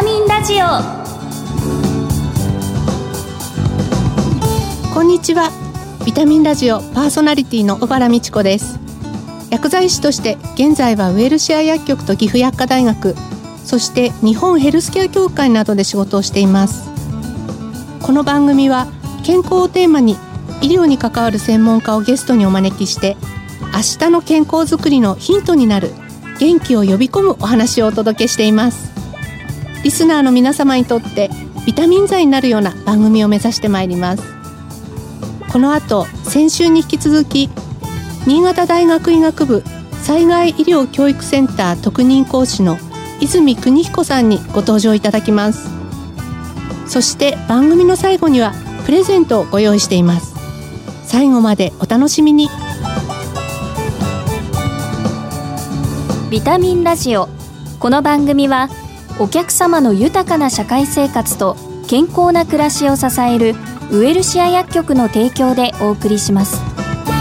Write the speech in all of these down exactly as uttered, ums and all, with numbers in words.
ミンラジオ。 こんにちは。ビタミンラジオパーソナリティの小原美智子です。薬剤師として現在はウェルシア薬局と岐阜薬科大学、そして日本ヘルスケア協会などで仕事をしています。この番組は健康をテーマに医療に関わる専門家をゲストにお招きして、明日の健康づくりのヒントになる元気を呼び込むお話をお届けしています。リスナーの皆様にとってビタミン剤になるような番組を目指してまいります。この後、先週に引き続き新潟大学医学部災害医療教育センター特任講師の泉邦彦さんにご登場いただきます。そして番組の最後にはプレゼントをご用意しています。最後までお楽しみに。 ビタミンラジオ。この番組はお客様の豊かな社会生活と健康な暮らしを支えるウエルシア薬局の提供でお送りします。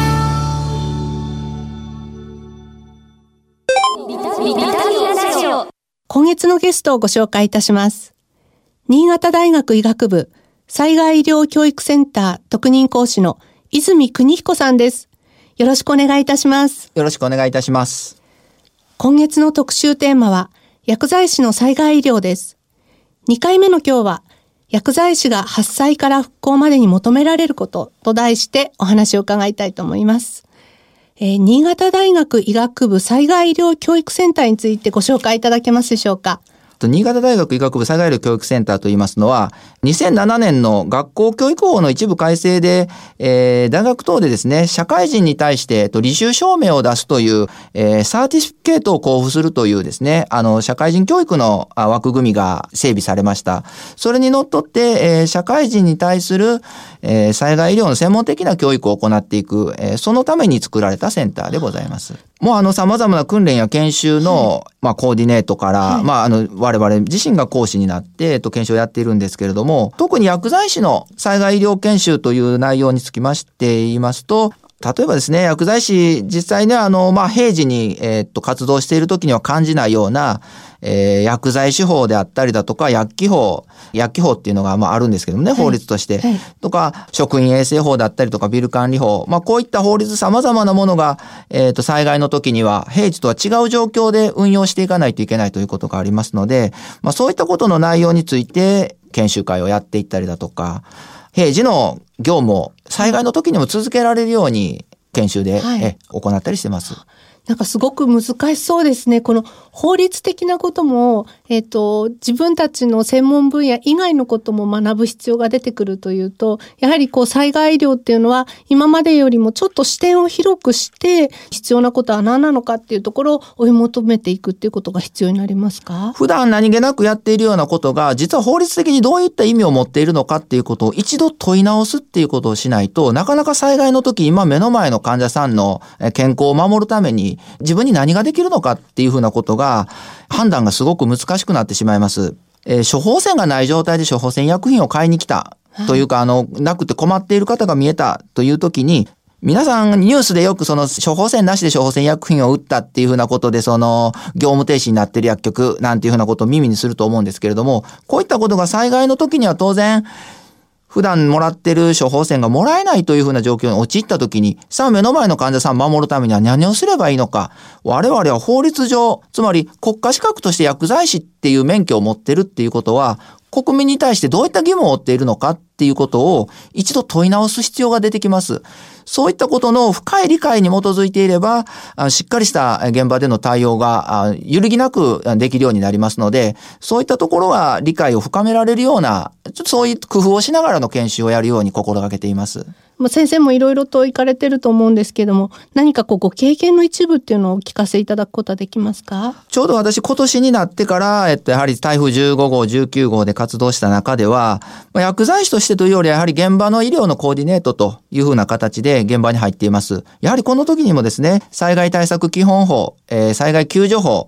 今月のゲストをご紹介いたします。新潟大学医学部災害医療教育センター特任講師の泉邦彦さんです。よろしくお願いいたします。 よろしくお願いいたします。 今月の特集テーマは薬剤師の災害医療です。にかいめの今日は薬剤師が発災から復興までに求められることと題してお話を伺いたいと思います。えー、新潟大学医学部災害医療教育センターについてご紹介いただけますでしょうか。 新潟大学医学部災害医療教育センターといいますのは、にせんななねんの学校教育法の一部改正で、えー、大学等でですね、社会人に対して、えっと、履修証明を出すという、えー、サーティフィケートを交付するというですね、あの、社会人教育の枠組みが整備されました。それにのっとって、えー、社会人に対する、えー、災害医療の専門的な教育を行っていく、えー、そのために作られたセンターでございます。もうあの、様々な訓練や研修の、はい、まあ、コーディネートから、はい、まあ、あの、我々自身が講師になって、えっと、研修をやっているんですけれども、特に薬剤師の災害医療研修という内容につきまして言いますと、例えばですね、薬剤師、実際ね、あの、まあ、平時に、えー、っと、活動している時には感じないような、えー、薬剤師法であったりだとか、薬機法、薬機法っていうのが、まあ、あるんですけどもね、法律として。はいはい、とか、職員衛生法だったりとか、ビル管理法。まあ、こういった法律様々なものが、えー、っと、災害の時には、平時とは違う状況で運用していかないといけないということがありますので、まあ、そういったことの内容について、研修会をやっていったりだとか、平時の業務を災害の時にも続けられるように研修で、はい、え行ったりしてます。 なんかすごく難しそうですね。この法律的なことも、えっと、自分たちの専門分野以外のことも学ぶ必要が出てくるというと、やはりこう災害医療っていうのは今までよりもちょっと視点を広くして必要なことは何なのかっていうところを追い求めていくっていうことが必要になりますか？ 普段何気なくやっているようなことが実は法律的にどういった意味を持っているのかっていうことを一度問い直すっていうことをしないと、なかなか災害の時今目の前の患者さんの健康を守るために自分に何ができるのかっていうふうなことが判断がすごく難しくなってしまいます。えー、処方箋がない状態で処方箋薬品を買いに来たというか、はい、あのなくて困っている方が見えたという時に、皆さんニュースでよくその処方箋なしで処方箋薬品を売ったっていうふうなことで、その業務停止になっている薬局なんていうふうなことを耳にすると思うんですけれども、こういったことが災害の時には当然普段もらってる処方箋がもらえないというふうな状況に陥ったときに、さあ目の前の患者さんを守るためには何をすればいいのか。我々は法律上、つまり国家資格として薬剤師っていう免許を持ってるっていうことは、国民に対してどういった義務を負っているのかっていうことを一度問い直す必要が出てきます。そういったことの深い理解に基づいていれば、しっかりした現場での対応が揺るぎなくできるようになりますので、そういったところは理解を深められるような、ちょっとそういう工夫をしながらの研修をやるように心がけています。 先生もいろいろと行かれてると思うんですけども、何かこうご経験の一部っていうのをお聞かせいただくことはできますか？ ちょうど私今年になってから、えっと、やはり台風じゅうごごう、じゅうきゅうごうで活動した中では、薬剤師としてというよりやはり現場の医療のコーディネートというふうな形で現場に入っています。やはりこの時にもですね、災害対策基本法、えー、災害救助法、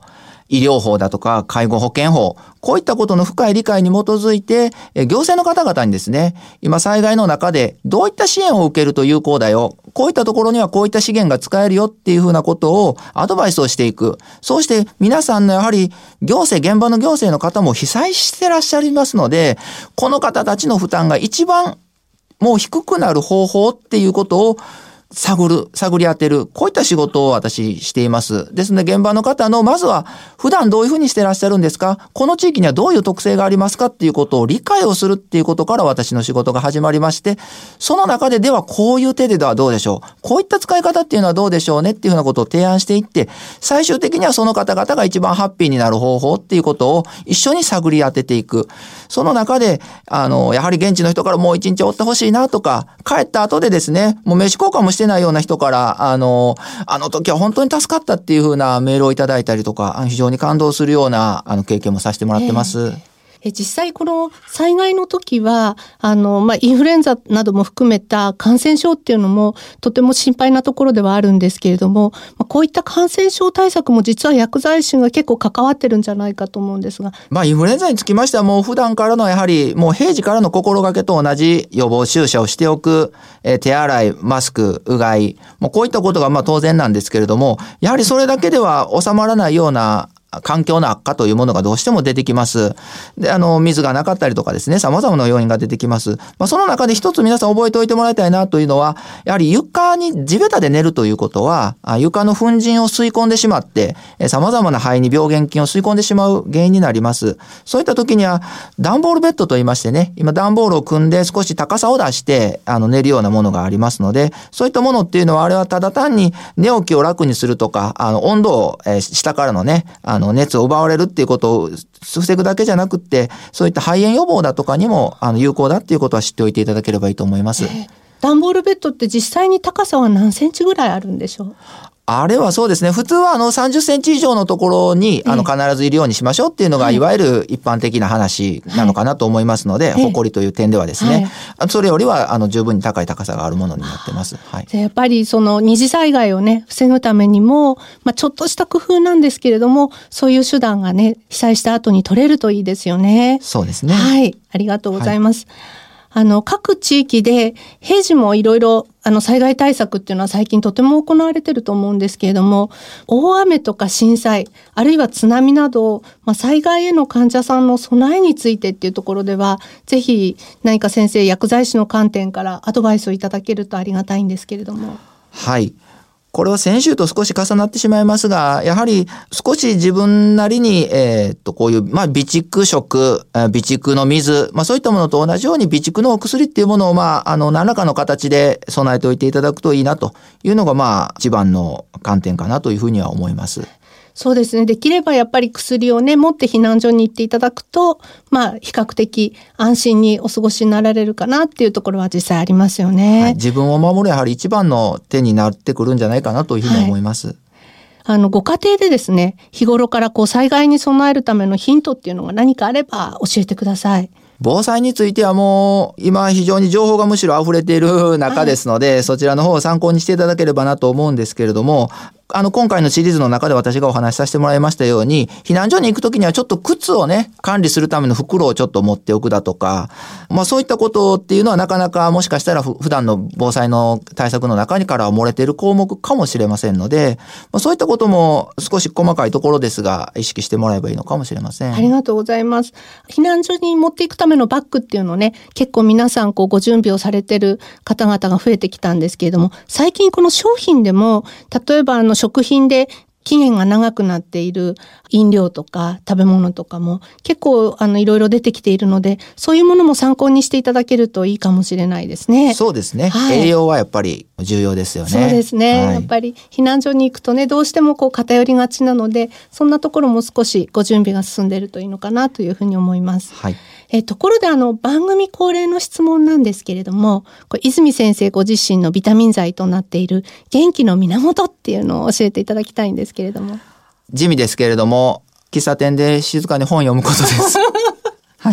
医療法だとか介護保険法、こういったことの深い理解に基づいて、行政の方々にですね、今災害の中でどういった支援を受けると有効だよ、こういったところにはこういった資源が使えるよっていうふうなことをアドバイスをしていく。そうして皆さんのやはり行政、現場の行政の方も被災してらっしゃいますので、この方たちの負担が一番もう低くなる方法っていうことを探る、探り当てる、こういった仕事を私しています。ですので現場の方のまずは普段どういうふうにしてらっしゃるんですか、この地域にはどういう特性がありますかっていうことを理解をするっていうことから私の仕事が始まりまして、その中でではこういう手ではどうでしょう、こういった使い方っていうのはどうでしょうねっていうふうなことを提案していって、最終的にはその方々が一番ハッピーになる方法っていうことを一緒に探り当てていく。その中であのやはり現地の人からもう一日おってほしいなとか、帰った後でですね、もう名刺交換もしてないような人からあのあの時は本当に助かったっていう風なメールをいただいたりとか、非常に感動するようなあの経験もさせてもらってます。えーえ実際この災害の時はあの、まあ、インフルエンザなども含めた感染症っていうのもとても心配なところではあるんですけれども、まあ、こういった感染症対策も実は薬剤師が結構関わってるんじゃないかと思うんですが、 まあ、インフルエンザにつきましてはもう普段からのやはりもう平時からの心がけと同じ予防注射をしておく、えー、手洗い、マスク、うがい、もうこういったことがまあ当然なんですけれども、やはりそれだけでは収まらないような環境の悪化というものがどうしても出てきます。で、あの、水がなかったりとかですね、様々な要因が出てきます。まあ、その中で一つ皆さん覚えておいてもらいたいなというのは、やはり床に地べたで寝るということは、床の粉塵を吸い込んでしまって、様々な肺に病原菌を吸い込んでしまう原因になります。そういった時には、段ボールベッドと言いましてね、今段ボールを組んで少し高さを出して、あの、寝るようなものがありますので、そういったものっていうのは、あれはただ単に寝起きを楽にするとか、あの、温度を、えー、下からのね、あの、あの熱を奪われるっていうことを防ぐだけじゃなくって、そういった肺炎予防だとかにもあの有効だっていうことは知っておいていただければいいと思います。えー、 段ボールベッドって実際に高さは何センチぐらいあるんでしょう？ あれはそうですね。普通はあのさんじゅっセンチ以上のところにあの必ずいるようにしましょうっていうのがいわゆる一般的な話なのかなと思いますので、誇りという点ではですね、それよりはあの十分に高い高さがあるものになってます。はい。 やっぱりその二次災害をね防ぐためにも、まあ、ちょっとした工夫なんですけれども、そういう手段がね被災した後に取れるといいですよね。 そうですね。 はい、ありがとうございます。はい、あの各地域で平時もいろいろあの災害対策っていうのは最近とても行われていると思うんですけれども、大雨とか震災あるいは津波など、まあ、災害への患者さんの備えについてっていうところではぜひ何か先生薬剤師の観点からアドバイスをいただけるとありがたいんですけれども。 はい、これは先週と少し重なってしまいますが、やはり少し自分なりに、えー、っと、こういう、まあ、備蓄食、備蓄の水、まあ、そういったものと同じように備蓄のお薬っていうものを、まあ、あの、何らかの形で備えておいていただくといいなというのが、まあ、一番の観点かなというふうには思います。 そうですね。できればやっぱり薬をね、持って避難所に行っていただくと、まあ、比較的安心にお過ごしになられるかなっていうところは実際ありますよね。はい、 自分を守るやはり一番の手になってくるんじゃないかなというふうに思います。はい、 あの、ご家庭でですね、日頃からこう災害に備えるためのヒントっていうのが何かあれば教えてください。 防災についてはもう今非常に情報がむしろ溢れている中ですので、はい、そちらの方を参考にしていただければなと思うんですけれども、あの今回のシリーズの中で私がお話しさせてもらいましたように、避難所に行くときにはちょっと靴をね管理するための袋をちょっと持っておくだとか、まあそういったことっていうのはなかなかもしかしたら普段の防災の対策の中にからは漏れている項目かもしれませんので、まあ、そういったことも少し細かいところですが意識してもらえばいいのかもしれません。 ありがとうございます。避難所に持っていくためのバッグっていうのをね、結構皆さんこうご準備をされている方々が増えてきたんですけれども、最近この商品でも例えばあの食品で期限が長くなっている飲料とか食べ物とかも結構あのいろいろ出てきているので、そういうものも参考にしていただけるといいかもしれないですね。 そうですね、はい、栄養はやっぱり重要ですよね。 そうですね、はい、やっぱり避難所に行くとねどうしてもこう偏りがちなので、そんなところも少しご準備が進んでいるといいのかなというふうに思います。 はい、 えところであの番組恒例の質問なんですけれども、これ泉先生ご自身のビタミン剤となっている元気の源っていうのを教えていただきたいんですけれども。 地味ですけれども、喫茶店で静かに本を読むことです。 はい、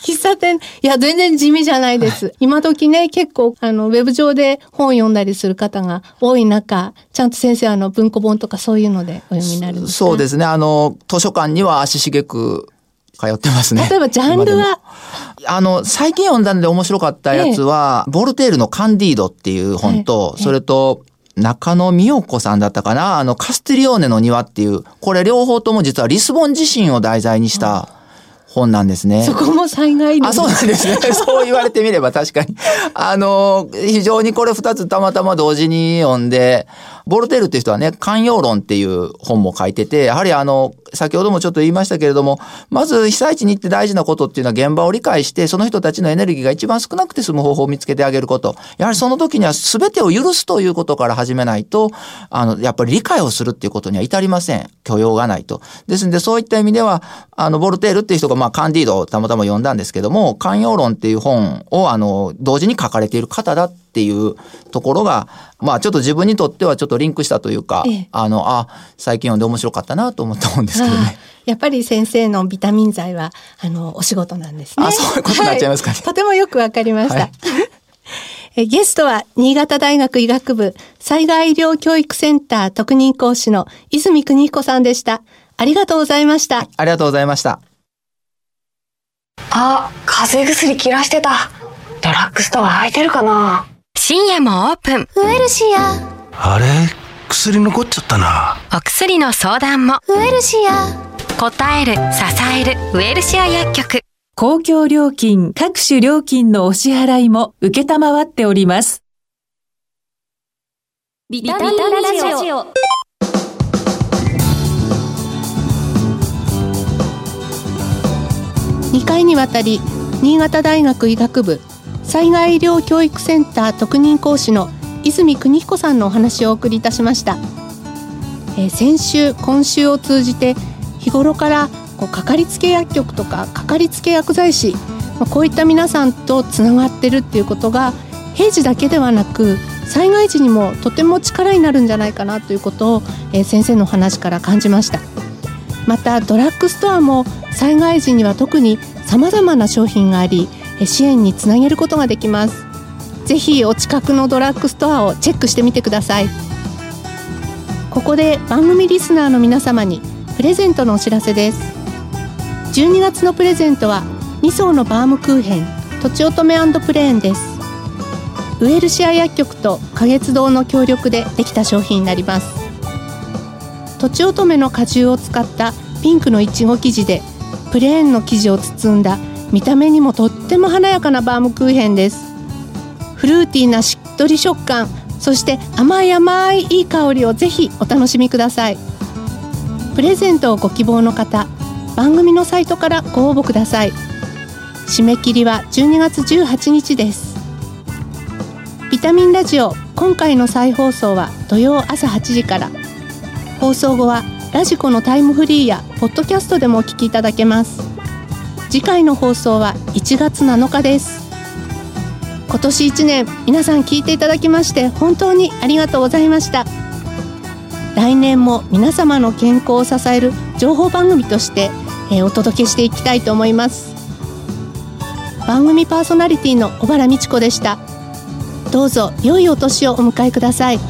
喫茶店、いや、全然地味じゃないです。はい、今時ね、結構、あの、ウェブ上で本読んだりする方が多い中、ちゃんと先生、あの、文庫本とかそういうのでお読みになるんですか？ そうですね。あの、図書館には足しげく通ってますね。 例えば、ジャンルはあの、最近読んだんで面白かったやつは、ええ、ボルテールのカンディードっていう本と、ええ、それと、中野美代子さんだったかな、あの、カスティリオーネの庭っていう、これ両方とも実はリスボン地震を題材にした、本なんですね。 そこも災害あ、そうなんですね。そう言われてみれば確かに。あの、非常にこれ二つたまたま同時に読んで、ボルテールっていう人はね、寛容論っていう本も書いてて、やはりあの、先ほどもちょっと言いましたけれども、まず被災地に行って大事なことっていうのは現場を理解して、その人たちのエネルギーが一番少なくて済む方法を見つけてあげること。やはりその時には全てを許すということから始めないと、あの、やっぱり理解をするっていうことには至りません。許容がないと。ですので、そういった意味では、あの、ボルテールっていう人が、まあ、カンディードをたまたま読んだんですけども、寛容論っていう本を、あの、同時に書かれている方だっていうところが、まあ、ちょっと自分にとってはちょっとリンクしたというか、ええ、あの、あ、最近読んで面白かったなと思ったんですけどね。 やっぱり先生のビタミン剤は、あの、お仕事なんですね。 あ、そういうことになっちゃいますかね。はい、 とてもよくわかりました。はいえ。ゲストは、新潟大学医学部災害医療教育センター特任講師の泉邦彦さんでした。ありがとうございました。 ありがとうございました。 あ、風邪薬切らしてた。ドラッグストア空いてるかな。 深夜もオープン。 ウエルシア。 あれ、薬残っちゃったな。 お薬の相談も。 ウエルシア。 答える、支える、ウエルシア薬局。 公共料金、各種料金のお支払いも受けたまわっております。 ビタミンラジオ。 にかいにわたり、新潟大学医学部災害医療教育センター特任講師の泉邦彦さんのお話をお送りいたしました。えー、先週今週を通じて日頃からこうかかりつけ薬局とかかかりつけ薬剤師、まあ、こういった皆さんとつながってるっていうことが平時だけではなく災害時にもとても力になるんじゃないかなということを、えー、先生の話から感じました。またドラッグストアも災害時には特にさまざまな商品があり支援につなげることができます。ぜひお近くのドラッグストアをチェックしてみてください。ここで番組リスナーの皆様にプレゼントのお知らせです。じゅうにがつのプレゼントはに層のバームクーヘンとちおとめ&プレーンです。ウエルシア薬局と花月堂の協力でできた商品になります。とちおとめの果汁を使ったピンクのいちご生地でプレーンの生地を包んだ見た目にもとっても華やかなバームクーヘンです。フルーティーなしっとり食感、そして甘い甘いいい香りをぜひお楽しみください。プレゼントをご希望の方、番組のサイトからご応募ください。締め切りはじゅうにがつじゅうはちにちです。ビタミンラジオ、今回の再放送は土曜朝はちじから。放送後はラジコのタイムフリーやポッドキャストでもお聞きいただけます。次回の放送はいちがつなのかです。今年いちねん皆さん聞いていただきまして本当にありがとうございました。来年も皆様の健康を支える情報番組として、えー、お届けしていきたいと思います。番組パーソナリティの小原美智子でした。どうぞ良いお年をお迎えください。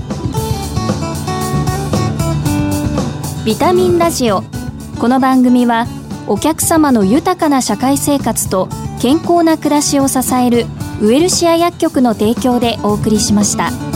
ビタミンラジオ。この番組はお客様の豊かな社会生活と健康な暮らしを支えるウエルシア薬局の提供でお送りしました。